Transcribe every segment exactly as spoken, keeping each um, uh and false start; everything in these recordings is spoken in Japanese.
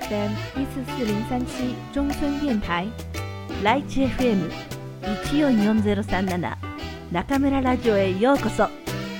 F M 一四四零三七中村電台、ライチ エフエムいちよんよんゼロさんなな中村ラジオへようこそ。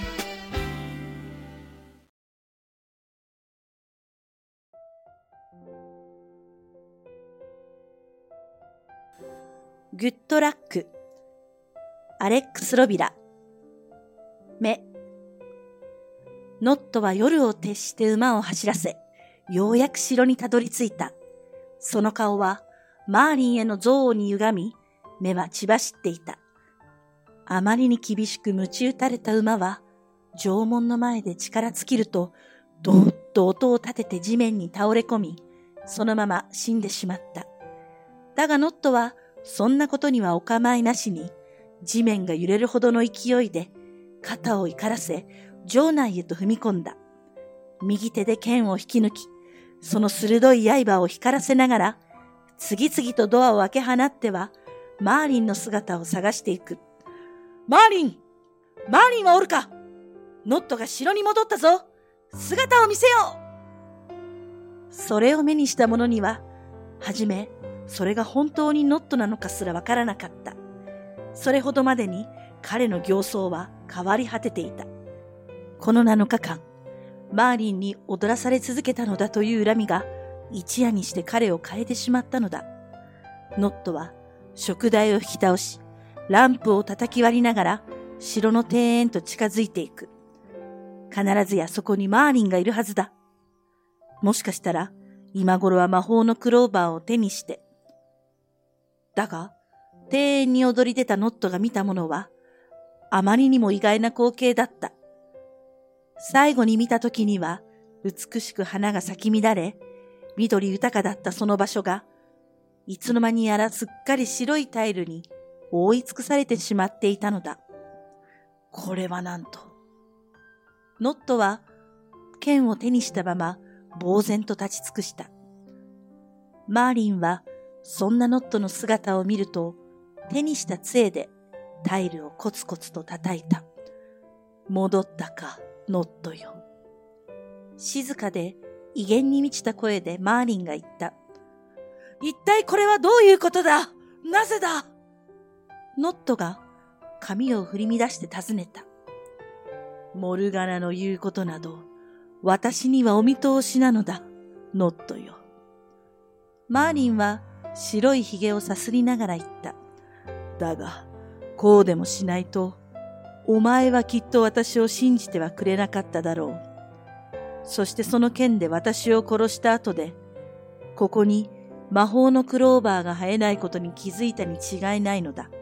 グッドラック、アレックス・ロビラ。目。ノットは夜を徹して馬を走らせ、ようやく城にたどり着いた。その顔はマーリンへの憎悪に歪み、目は血走っていた。あまりに厳しく鞭打たれた馬は、城門の前で力尽きると、どーっと音を立てて地面に倒れ込み、そのまま死んでしまった。だがノットは、そんなことにはお構いなしに、地面が揺れるほどの勢いで、肩を怒らせ、城内へと踏み込んだ。右手で剣を引き抜き、その鋭い刃を光らせながら、次々とドアを開け放っては、マーリンの姿を探していく。マーリン！マーリンはおるか？ノットが城に戻ったぞ！姿を見せよう！それを目にした者には、はじめ、それが本当にノットなのかすらわからなかった。それほどまでに彼の形相は変わり果てていた。このなのかかん、マーリンに踊らされ続けたのだという恨みが一夜にして彼を変えてしまったのだ。ノットは燭台を引き倒し、ランプを叩き割りながら城の庭園と近づいていく。必ずやそこにマーリンがいるはずだ。もしかしたら今頃は魔法のクローバーを手にして。だが、庭園に躍り出たノットが見たものは、あまりにも意外な光景だった。最後に見たときには、美しく花が咲き乱れ、緑豊かだったその場所が、いつの間にやらすっかり白いタイルに覆い尽くされてしまっていたのだ。これはなんと。ノットは、剣を手にしたまま、呆然と立ち尽くした。マーリンは、そんなノットの姿を見ると、手にした杖でタイルをコツコツと叩いた。戻ったか、ノットよ。静かで威厳に満ちた声でマーリンが言った。一体これはどういうことだ？なぜだ？ノットが髪を振り乱して尋ねた。モルガナの言うことなど、私にはお見通しなのだ、ノットよ。マーリンは白いひげをさすりながら言った。だが、こうでもしないと、お前はきっと私を信じてはくれなかっただろう。そしてその剣で私を殺した後で、ここに魔法のクローバーが生えないことに気づいたに違いないのだ。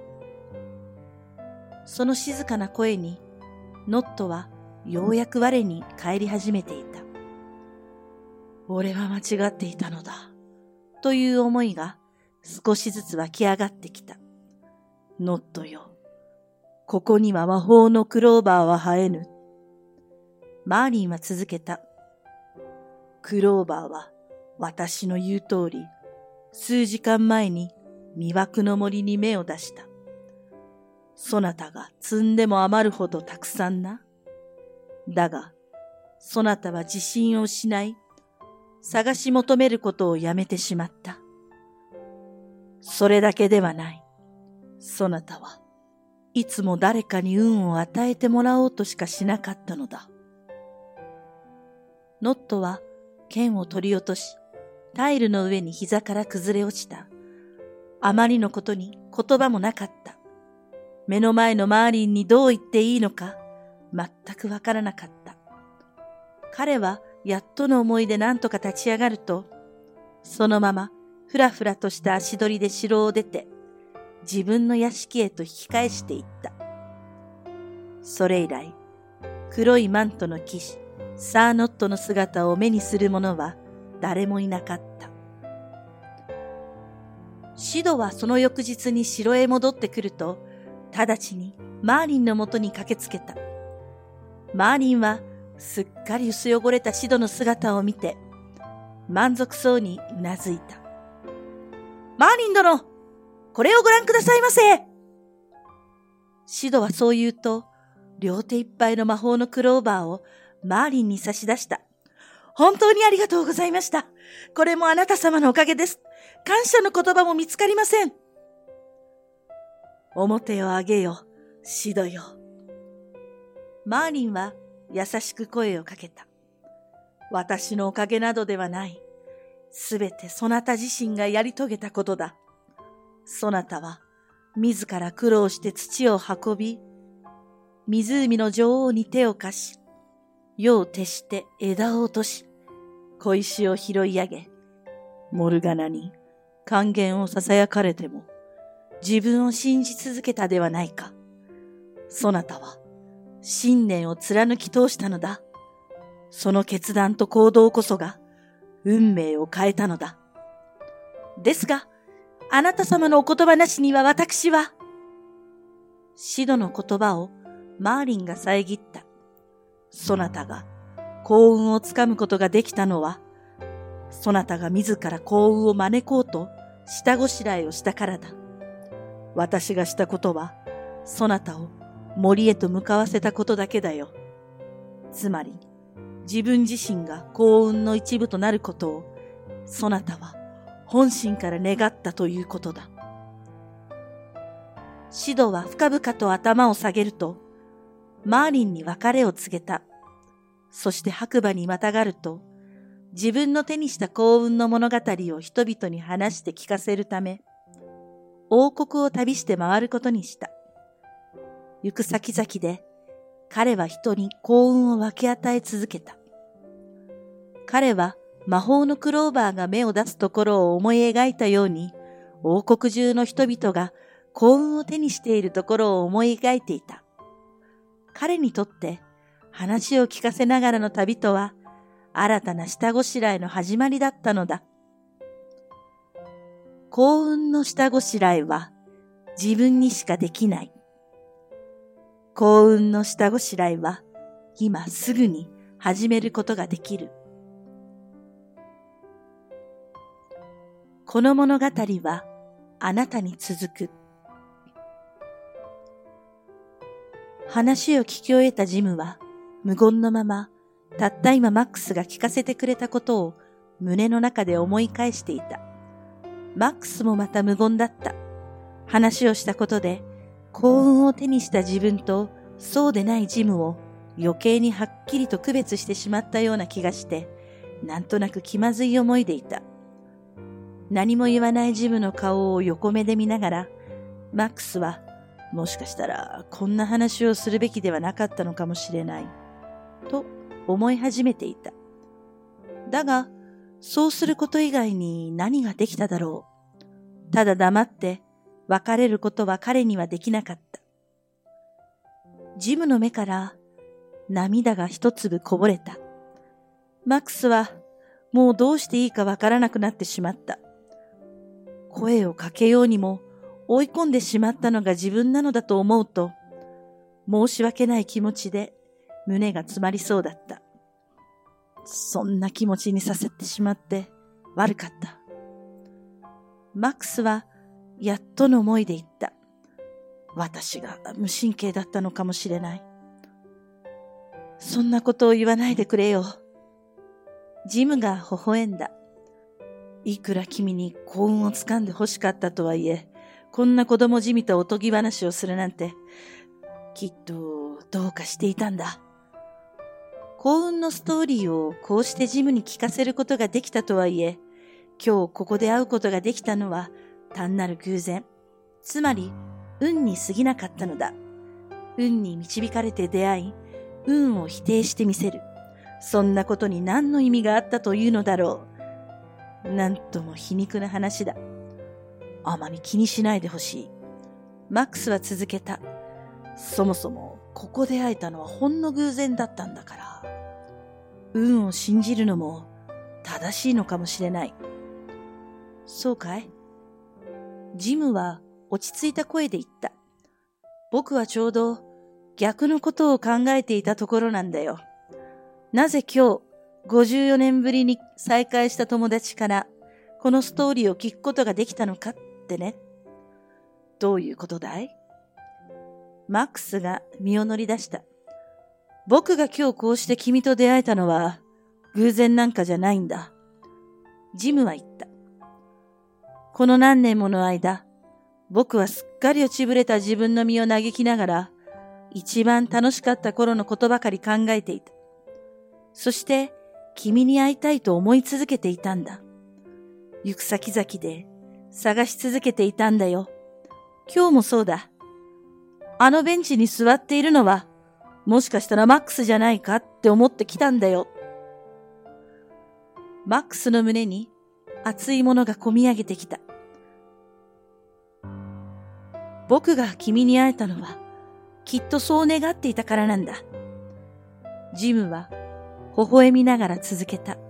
その静かな声に、ノットはようやく我に返り始めていた。俺は間違っていたのだ。という思いが少しずつ湧き上がってきた。ノットよ。ここには魔法のクローバーは生えぬ。マーリンは続けた。クローバーは私の言う通り、数時間前に魅惑の森に芽を出した。そなたが積んでも余るほどたくさんな。だが、そなたは自信を失い、探し求めることをやめてしまった。それだけではない。そなたはいつも誰かに運を与えてもらおうとしかしなかったのだ。ノットは剣を取り落とし、タイルの上に膝から崩れ落ちた。あまりのことに言葉もなかった。目の前のマーリンにどう言っていいのか、全くわからなかった。彼はやっとの思いで何とか立ち上がると、そのままふらふらとした足取りで城を出て、自分の屋敷へと引き返していった。それ以来、黒いマントの騎士、サーノットの姿を目にする者は誰もいなかった。シドはその翌日に城へ戻ってくると、直ちにマーリンのもとに駆けつけた。マーリンはすっかり薄汚れたシドの姿を見て、満足そうにうなずいた。マーリン殿、これをご覧くださいませ。シドはそう言うと、両手いっぱいの魔法のクローバーをマーリンに差し出した。本当にありがとうございました。 これもあなた様のおかげです。感謝の言葉も見つかりません。面を上げよ、シドよ。マーリンは優しく声をかけた。私のおかげなどではない。すべてそなた自身がやり遂げたことだ。そなたは自ら苦労して土を運び、湖の女王に手を貸し、夜を徹して枝を落とし、小石を拾い上げ、モルガナに還元を囁かれても、自分を信じ続けたではないか。そなたは信念を貫き通したのだ。その決断と行動こそが運命を変えたのだ。ですが、あなた様のお言葉なしには私は、シドの言葉をマーリンが遮った。そなたが幸運をつかむことができたのは、そなたが自ら幸運を招こうと下ごしらえをしたからだ。私がしたことは、そなたを森へと向かわせたことだけだよ。つまり、自分自身が幸運の一部となることを、そなたは本心から願ったということだ。シドは深々と頭を下げると、マーリンに別れを告げた。そして白馬にまたがると、自分の手にした幸運の物語を人々に話して聞かせるため、王国を旅して回ることにした。行く先々で、彼は人に幸運を分け与え続けた。彼は魔法のクローバーが芽を出すところを思い描いたように、王国中の人々が幸運を手にしているところを思い描いていた。彼にとって話を聞かせながらの旅とは、新たな下ごしらえの始まりだったのだ。幸運の下ごしらえは自分にしかできない。幸運の下ごしらえは今すぐに始めることができる。この物語はあなたに続く。話を聞き終えたジムは無言のまま、たった今マックスが聞かせてくれたことを胸の中で思い返していた。マックスもまた無言だった。話をしたことで幸運を手にした自分とそうでないジムを余計にはっきりと区別してしまったような気がして、なんとなく気まずい思いでいた。何も言わないジムの顔を横目で見ながら、マックスはもしかしたらこんな話をするべきではなかったのかもしれないと思い始めていた。だが、そうすること以外に何ができただろう。ただ黙って別れることは彼にはできなかった。ジムの目から涙が一粒こぼれた。マックスはもうどうしていいかわからなくなってしまった。声をかけようにも追い込んでしまったのが自分なのだと思うと、申し訳ない気持ちで胸が詰まりそうだった。そんな気持ちにさせてしまって悪かった。マックスはやっとの思いで言った。私が無神経だったのかもしれない。そんなことを言わないでくれよ。ジムが微笑んだ。いくら君に幸運をつかんで欲しかったとはいえ、こんな子供じみたおとぎ話をするなんて、きっとどうかしていたんだ。幸運のストーリーをこうしてジムに聞かせることができたとはいえ、今日ここで会うことができたのは単なる偶然、つまり運に過ぎなかったのだ。運に導かれて出会い、運を否定してみせる。そんなことに何の意味があったというのだろう。なんとも皮肉な話だ。あまり気にしないでほしい。マックスは続けた。そもそもここで会えたのはほんの偶然だったんだから。運を信じるのも正しいのかもしれない。そうかい？ジムは落ち着いた声で言った。僕はちょうど逆のことを考えていたところなんだよ。なぜ今日ごじゅうよねんぶりに再会した友達からこのストーリーを聞くことができたのかってね。どういうことだい？マックスが身を乗り出した。僕が今日こうして君と出会えたのは偶然なんかじゃないんだ。 ジムは言った。この何年もの間、僕はすっかり落ちぶれた自分の身を嘆きながら、一番楽しかった頃のことばかり考えていた。そして、君に会いたいと思い続けていたんだ。行く先々で探し続けていたんだよ。今日もそうだ。あのベンチに座っているのは、もしかしたらマックスじゃないかって思ってきたんだよ。マックスの胸に熱いものがこみ上げてきた。僕が君に会えたのは、きっとそう願っていたからなんだ。ジムは微笑みながら続けた。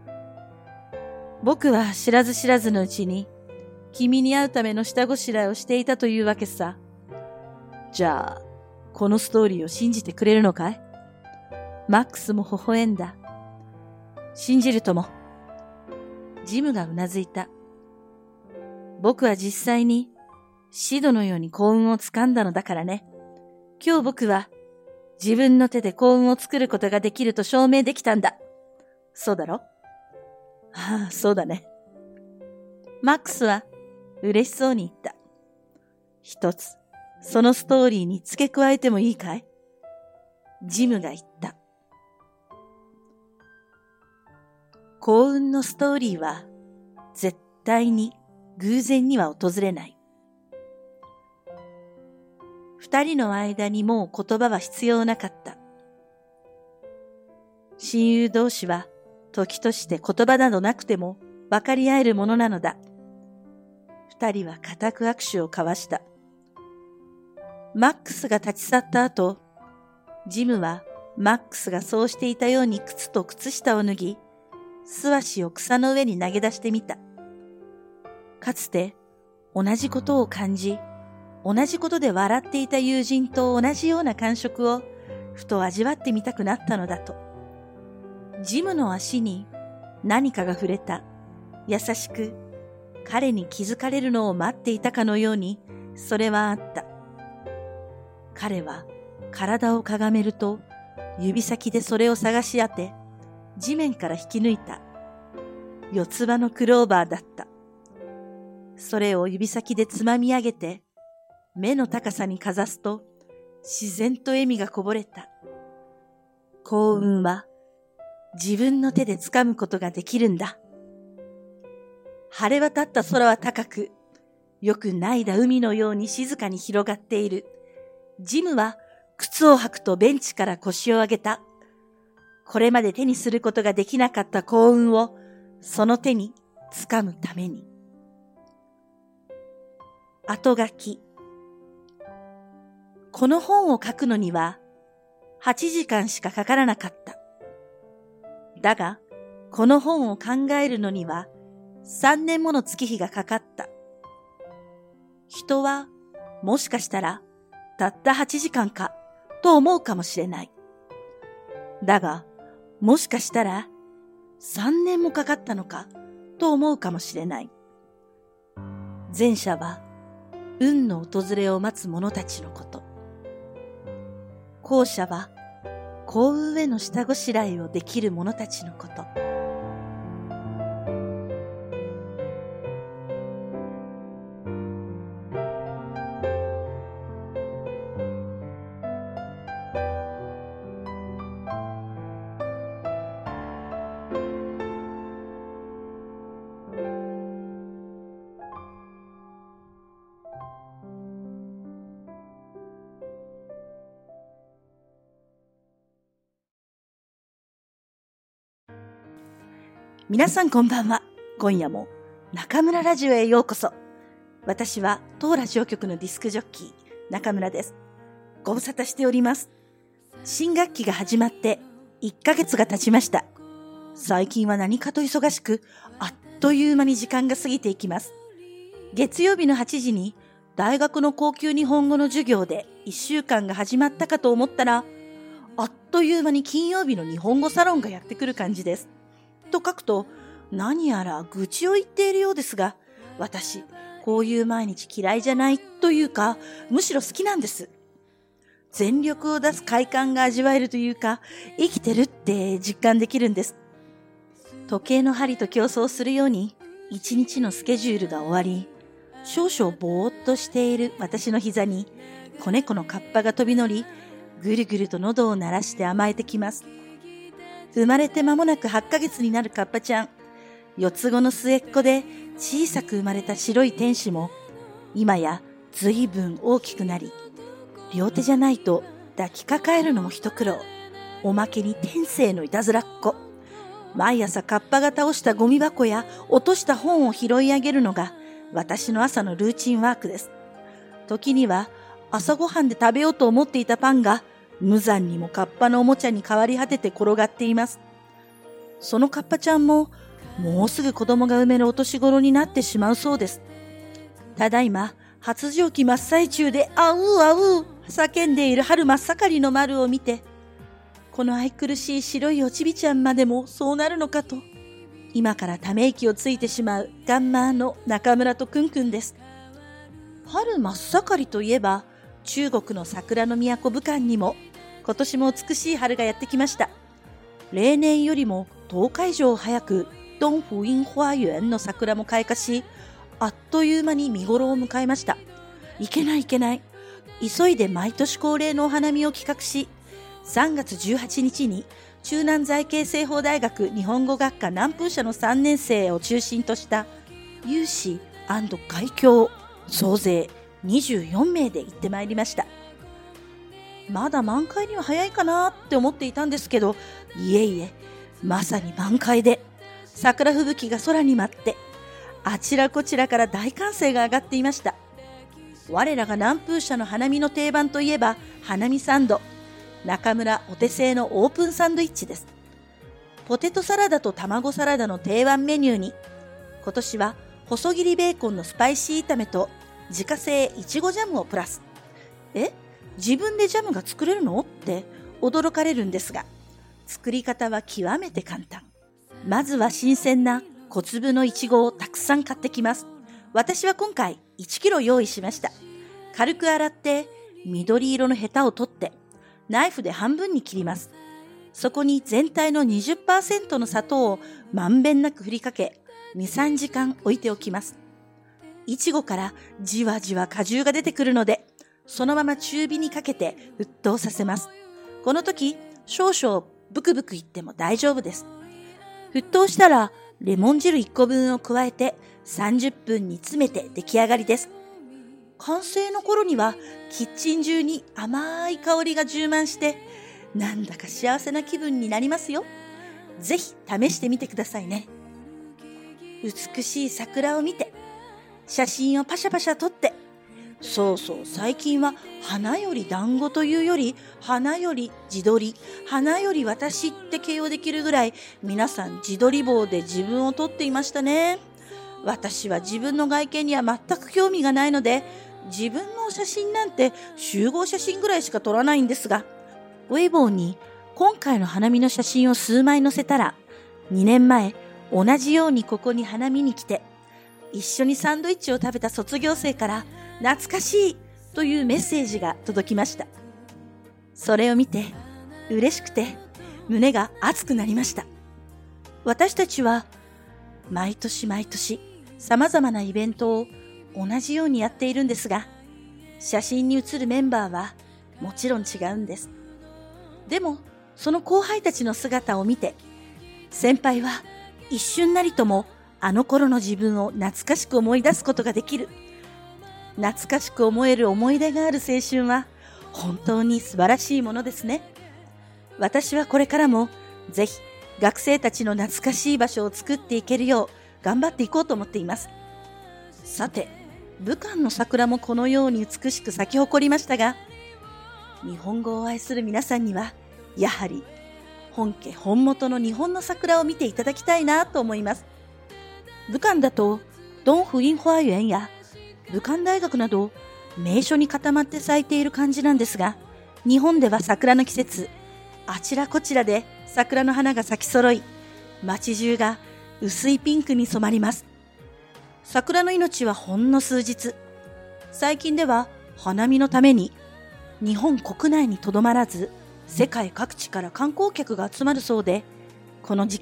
僕は知らず知らずのうちに、君に会うための下ごしらえをしていたというわけさ。じゃあ、このストーリーを信じてくれるのかい？マックスも微笑んだ。信じるとも。ジムがうなずいた。僕は実際にシドのように幸運をつかんだのだからね。今日僕は自分の手で幸運を作ることができると証明できたんだ。そうだろ？ああ、そうだね。マックスは嬉しそうに言った。一つ、そのストーリーに付け加えてもいいかい？ジムが言った。幸運のストーリーは絶対に偶然には訪れない。二人の間にもう言葉は必要なかった。親友同士は時として言葉などなくても分かり合えるものなのだ。二人は固く握手を交わした。マックスが立ち去った後、ジムはマックスがそうしていたように靴と靴下を脱ぎ、素足を草の上に投げ出してみた。かつて同じことを感じ、同じことで笑っていた友人と同じような感触をふと味わってみたくなったのだと。ジムの足に何かが触れた。優しく彼に気づかれるのを待っていたかのようにそれはあった。彼は体をかがめると指先でそれを探し当て地面から引き抜いた。四つ葉のクローバーだった。それを指先でつまみ上げて目の高さにかざすと自然と笑みがこぼれた。幸運は自分の手で掴むことができるんだ。晴れ渡った空は高く、よくないだ海のように静かに広がっている。ジムは靴を履くとベンチから腰を上げた。これまで手にすることができなかった幸運をその手に掴むために。後書き。この本を書くのにははちじかんしかかからなかった。だが、この本を考えるのにはさんねんもの月日がかかった。人はもしかしたらたったはちじかんかと思うかもしれない。だが、もしかしたらさんねんもかかったのかと思うかもしれない。前者は運の訪れを待つ者たちのこと。後者は幸運への下ごしらえをできる者たちのこと。皆さんこんばんは。今夜も中村ラジオへようこそ。私は当ラジオ局のディスクジョッキー中村です。ご無沙汰しております。新学期が始まっていっかげつが経ちました。最近は何かと忙しく、あっという間に時間が過ぎていきます。月曜日のはちじに大学の高級日本語の授業でいっしゅうかんが始まったかと思ったら、あっという間に金曜日の日本語サロンがやってくる感じです。と書くと何やら愚痴を言っているようですが、私こういう毎日嫌いじゃないというか、むしろ好きなんです。全力を出す快感が味わえるというか、生きてるって実感できるんです。 時計の針と競争するように一日のスケジュールが終わり、少々ぼーっとしている私の膝に子猫のカッパが飛び乗り、ぐるぐると喉を鳴らして甘えてきます。生まれて間もなくはちかげつになるカッパちゃん。四つ子の末っ子で小さく生まれた白い天使も、今やずいぶん大きくなり、両手じゃないと抱きかかえるのも一苦労。おまけに天性のいたずらっ子。毎朝カッパが倒したゴミ箱や落とした本を拾い上げるのが私の朝のルーチンワークです。時には朝ごはんで食べようと思っていたパンが無残にもカッパのおもちゃに変わり果てて転がっています。そのカッパちゃんももうすぐ子供が産めるお年頃になってしまうそうです。ただいま発情期真っ最中であうあう叫んでいる春真っ盛りの丸を見て、この愛くるしい白いおちびちゃんまでもそうなるのかと、今からため息をついてしまうガンマーの中村とくんくんです。春真っ盛りといえば、中国の桜の都武漢にも今年も美しい春がやってきました。例年よりもとおか以上早く東福蔭花園の桜も開花し、あっという間に見頃を迎えました。いけないいけない。急いで毎年恒例のお花見を企画し、さんがつじゅうはちにちに中南財系西方大学日本語学科南風社のさんねん生を中心とした有志&外教総勢にじゅうよんめいで行ってまいりました。まだ満開には早いかなって思っていたんですけど、いえいえ、まさに満開で桜吹雪が空に舞って、あちらこちらから大歓声が上がっていました。我らが南風社の花見の定番といえば花見サンド、中村お手製のオープンサンドイッチです。ポテトサラダと卵サラダの定番メニューに、今年は細切りベーコンのスパイシー炒めと自家製いちごジャムをプラス。え、自分でジャムが作れるのって驚かれるんですが、作り方は極めて簡単。まずは新鮮な小粒のいちごをたくさん買ってきます。私は今回いちキロ用意しました。軽く洗って緑色のヘタを取ってナイフで半分に切ります。そこに全体の にじゅっパーセント の砂糖をまんべんなく振りかけ、に、さんじかん置いておきます。いちごからじわじわ果汁が出てくるので、そのまま中火にかけて沸騰させます。この時、少々ブクブクいっても大丈夫です。沸騰したらレモン汁いっこぶんを加えてさんじゅっぷんに詰めて出来上がりです。完成の頃にはキッチン中に甘い香りが充満して、なんだか幸せな気分になりますよ。ぜひ試してみてくださいね。美しい桜を見て、写真をパシャパシャ撮って、そうそう、最近は花より団子というより、花より自撮り、花より私って形容できるぐらい、皆さん自撮り棒で自分を撮っていましたね。私は自分の外見には全く興味がないので、自分の写真なんて集合写真ぐらいしか撮らないんですが、ウェイボーに今回の花見の写真を数枚載せたら、にねんまえ同じようにここに花見に来て、一緒にサンドイッチを食べた卒業生から懐かしいというメッセージが届きました。それを見て嬉しくて胸が熱くなりました。私たちは毎年毎年様々なイベントを同じようにやっているんですが、写真に写るメンバーはもちろん違うんです。でもその後輩たちの姿を見て、先輩は一瞬なりともあの頃の自分を懐かしく思い出すことができる。懐かしく思える思い出がある青春は本当に素晴らしいものですね。私はこれからもぜひ学生たちの懐かしい場所を作っていけるよう頑張っていこうと思っています。さて、武漢の桜もこのように美しく咲き誇りましたが、日本語を愛する皆さんにはやはり本家本元の日本の桜を見ていただきたいなと思います。武漢だと東福蔭花園や武漢大学など名所に固まって咲いている感じなんですが、日本では桜の季節、あちらこちらで桜の花が咲き揃い、街中が薄いピンクに染まります。桜の命はほんの数日。最近では花見のために日本国内にとどまらず世界各地から観光客が集まるそうで、この時期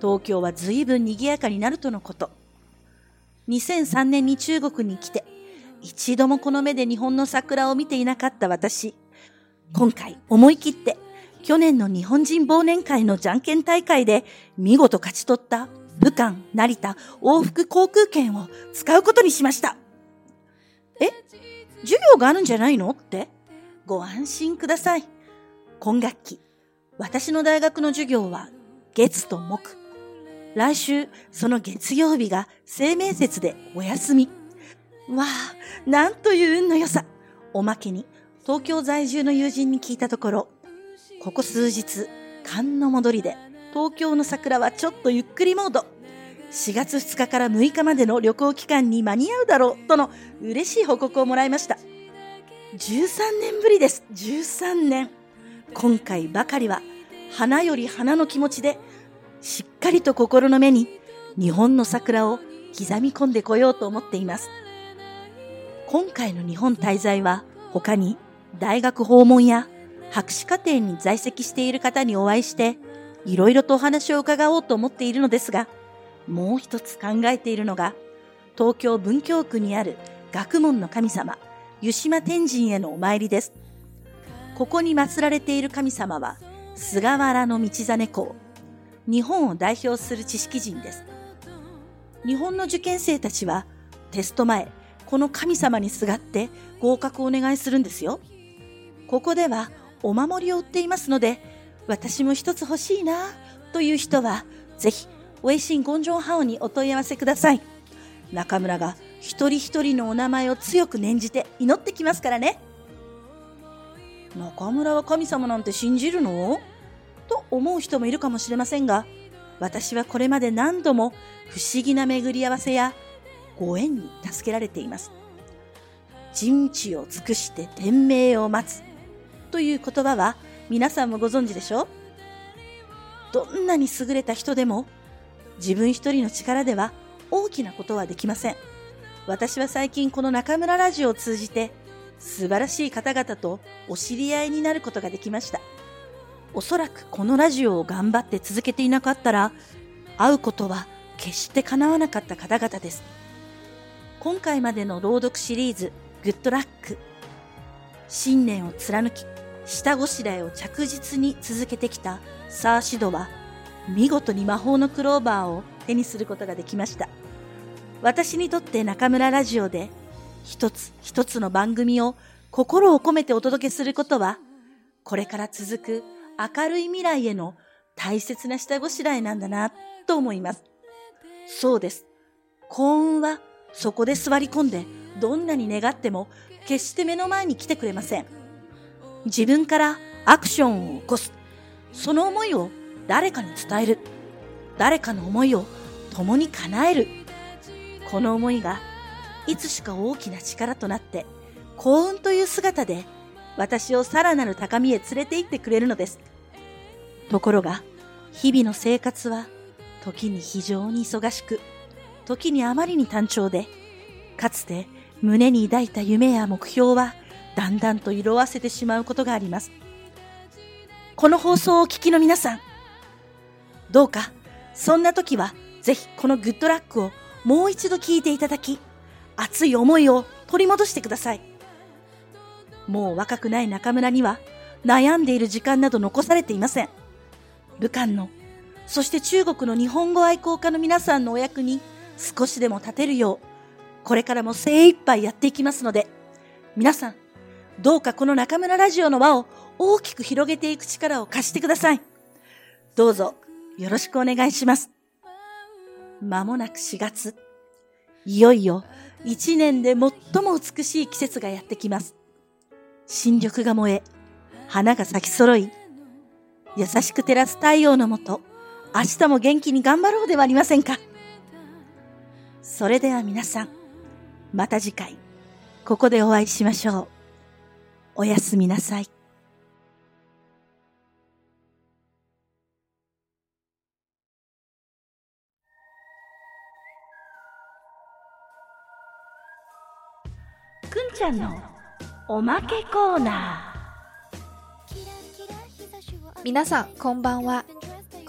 東京は随分賑やかになるとのこと。にせんさんねんに中国に来て、一度もこの目で日本の桜を見ていなかった私。今回思い切って去年の日本人忘年会のじゃんけん大会で見事勝ち取った武漢、成田往復航空券を使うことにしました。え、授業があるんじゃないのってご安心ください。今学期、私の大学の授業は月と木。来週、その月曜日が清明節でお休み。わあ、なんという運の良さ。おまけに、東京在住の友人に聞いたところ、ここ数日、寒の戻りで、東京の桜はちょっとゆっくりモード。しがつふつかからむいかまでの旅行期間に間に合うだろう、との嬉しい報告をもらいました。じゅうさんねんぶりです。じゅうさんねん。今回ばかりは、花より花の気持ちで、しっかりと心の目に日本の桜を刻み込んでこようと思っています。今回の日本滞在は他に大学訪問や博士課程に在籍している方にお会いしていろいろとお話を伺おうと思っているのですが、もう一つ考えているのが東京文京区にある学問の神様湯島天神へのお参りです。ここに祀られている神様は菅原道真公、日本を代表する知識人です。日本の受験生たちはテスト前、この神様にすがって合格をお願いするんですよ。ここではお守りを売っていますので、私も一つ欲しいなという人は、ぜひ、ウェイシンゴンジョンハオにお問い合わせください。中村が一人一人のお名前を強く念じて祈ってきますからね。中村は神様なんて信じるの？と思う人もいるかもしれませんが、私はこれまで何度も不思議な巡り合わせやご縁に助けられています。人知を尽くして天命を待つという言葉は皆さんもご存知でしょう？どんなに優れた人でも自分一人の力では大きなことはできません。私は最近この中村ラジオを通じて素晴らしい方々とお知り合いになることができました。おそらくこのラジオを頑張って続けていなかったら、会うことは決して叶わなかった方々です。今回までの朗読シリーズ、グッドラック。信念を貫き、下ごしらえを着実に続けてきたサーシドは、見事に魔法のクローバーを手にすることができました。私にとって中村ラジオで、一つ一つの番組を心を込めてお届けすることは、これから続く明るい未来への大切な下ごしらえなんだなと思います。そうです。幸運はそこで座り込んでどんなに願っても決して目の前に来てくれません。自分からアクションを起こす。その思いを誰かに伝える。誰かの思いを共に叶える。この思いがいつしか大きな力となって幸運という姿で私をさらなる高みへ連れて行ってくれるのです。ところが、日々の生活は、時に非常に忙しく、時にあまりに単調で、かつて胸に抱いた夢や目標は、だんだんと色あせてしまうことがあります。この放送をお聞きの皆さん、どうか、そんな時は、ぜひこのグッドラックをもう一度聞いていただき、熱い思いを取り戻してください。もう若くない中村には悩んでいる時間など残されていません。武漢の、そして中国の日本語愛好家の皆さんのお役に少しでも立てるよう、これからも精一杯やっていきますので、皆さん、どうかこの中村ラジオの輪を大きく広げていく力を貸してください。どうぞよろしくお願いします。まもなくしがつ、いよいよ一年で最も美しい季節がやってきます。新緑が燃え、花が咲き揃い、優しく照らす太陽のもと、明日も元気に頑張ろうではありませんか。それでは皆さん、また次回、ここでお会いしましょう。おやすみなさい。 くんちゃんのおまけコーナー。 皆さんこんばんは。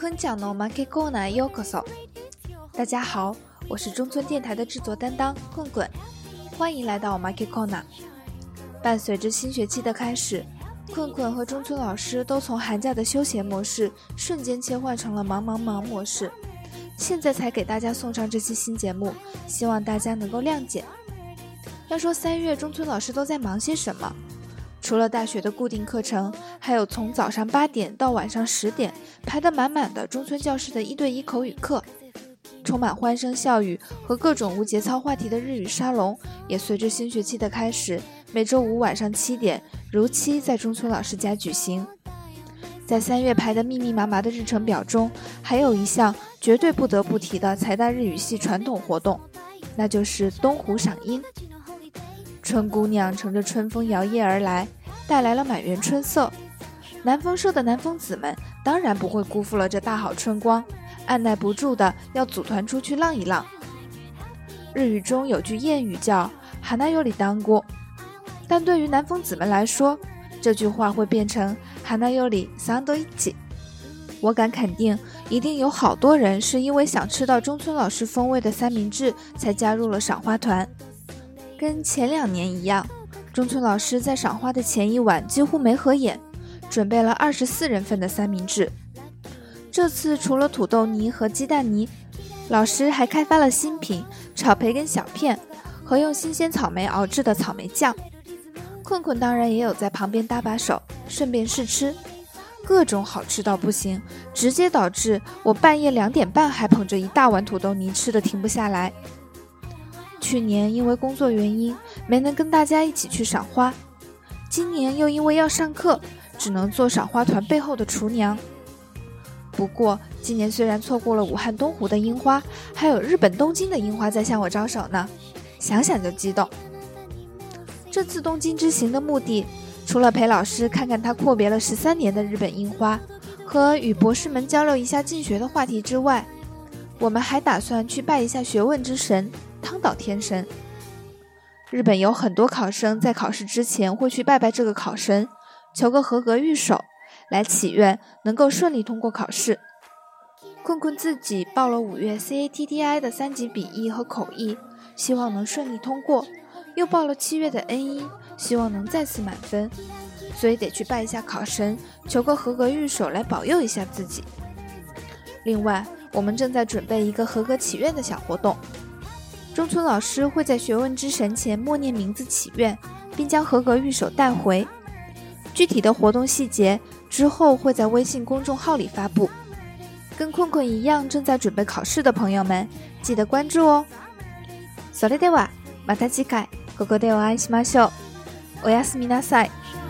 坤讲の負けコーナーへようこそ。大家好，我是中村电台的制作担当棍棍，欢迎来到負けコーナー。伴随着新学期的开始，棍棍和中村老师都从寒假的休闲模式瞬间切换成了忙忙忙模式，现在才给大家送上这期新节目，希望大家能够谅解。要说三月中村老师都在忙些什么，除了大学的固定课程，还有从早上八点到晚上十点排得满满的中村教室的一对一口语课，充满欢声笑语和各种无节操话题的日语沙龙也随着新学期的开始，每周五晚上七点如期在中村老师家举行。在三月排得密密麻麻的日程表中，还有一项绝对不得不提的财大日语系传统活动，那就是东湖赏樱。春姑娘乘着春风摇曳而来，带来了满园春色。南丰社的南丰子们当然不会辜负了这大好春光，按耐不住的要组团出去浪一浪。日语中有句谚语叫花より団子，但对于南丰子们来说，这句话会变成花よりサンドイッチ。我敢肯定，一定有好多人是因为想吃到中村老师风味的三明治才加入了赏花团。跟前两年一样，中村老师在赏花的前一晚几乎没合眼，准备了二十四人份的三明治。这次除了土豆泥和鸡蛋泥，老师还开发了新品炒培根小片和用新鲜草莓熬制的草莓酱。困困当然也有在旁边搭把手，顺便试吃，各种好吃到不行，直接导致我半夜两点半还捧着一大碗土豆泥吃的停不下来。去年因为工作原因没能跟大家一起去赏花，今年又因为要上课，只能做赏花团背后的厨娘。不过今年虽然错过了武汉东湖的樱花，还有日本东京的樱花在向我招手呢，想想就激动。这次东京之行的目的，除了陪老师看看他阔别了十三年的日本樱花，和与博士们交流一下进学的话题之外，我们还打算去拜一下学问之神汤岛天神。日本有很多考生在考试之前会去拜拜这个考神，求个合格御守，来祈愿能够顺利通过考试。困困自己报了五月 C A T T I 的三级笔译和口译，希望能顺利通过，又报了七月的 N 一，希望能再次满分，所以得去拜一下考神，求个合格御守来保佑一下自己。另外，我们正在准备一个合格祈愿的小活动，中村老师会在学问之神前默念名字祈愿，并将合格御守带回。具体的活动细节之后会在微信公众号里发布。跟困困一样正在准备考试的朋友们，记得关注哦。それではまた次回ここでお会いしましょう。おやすみなさい。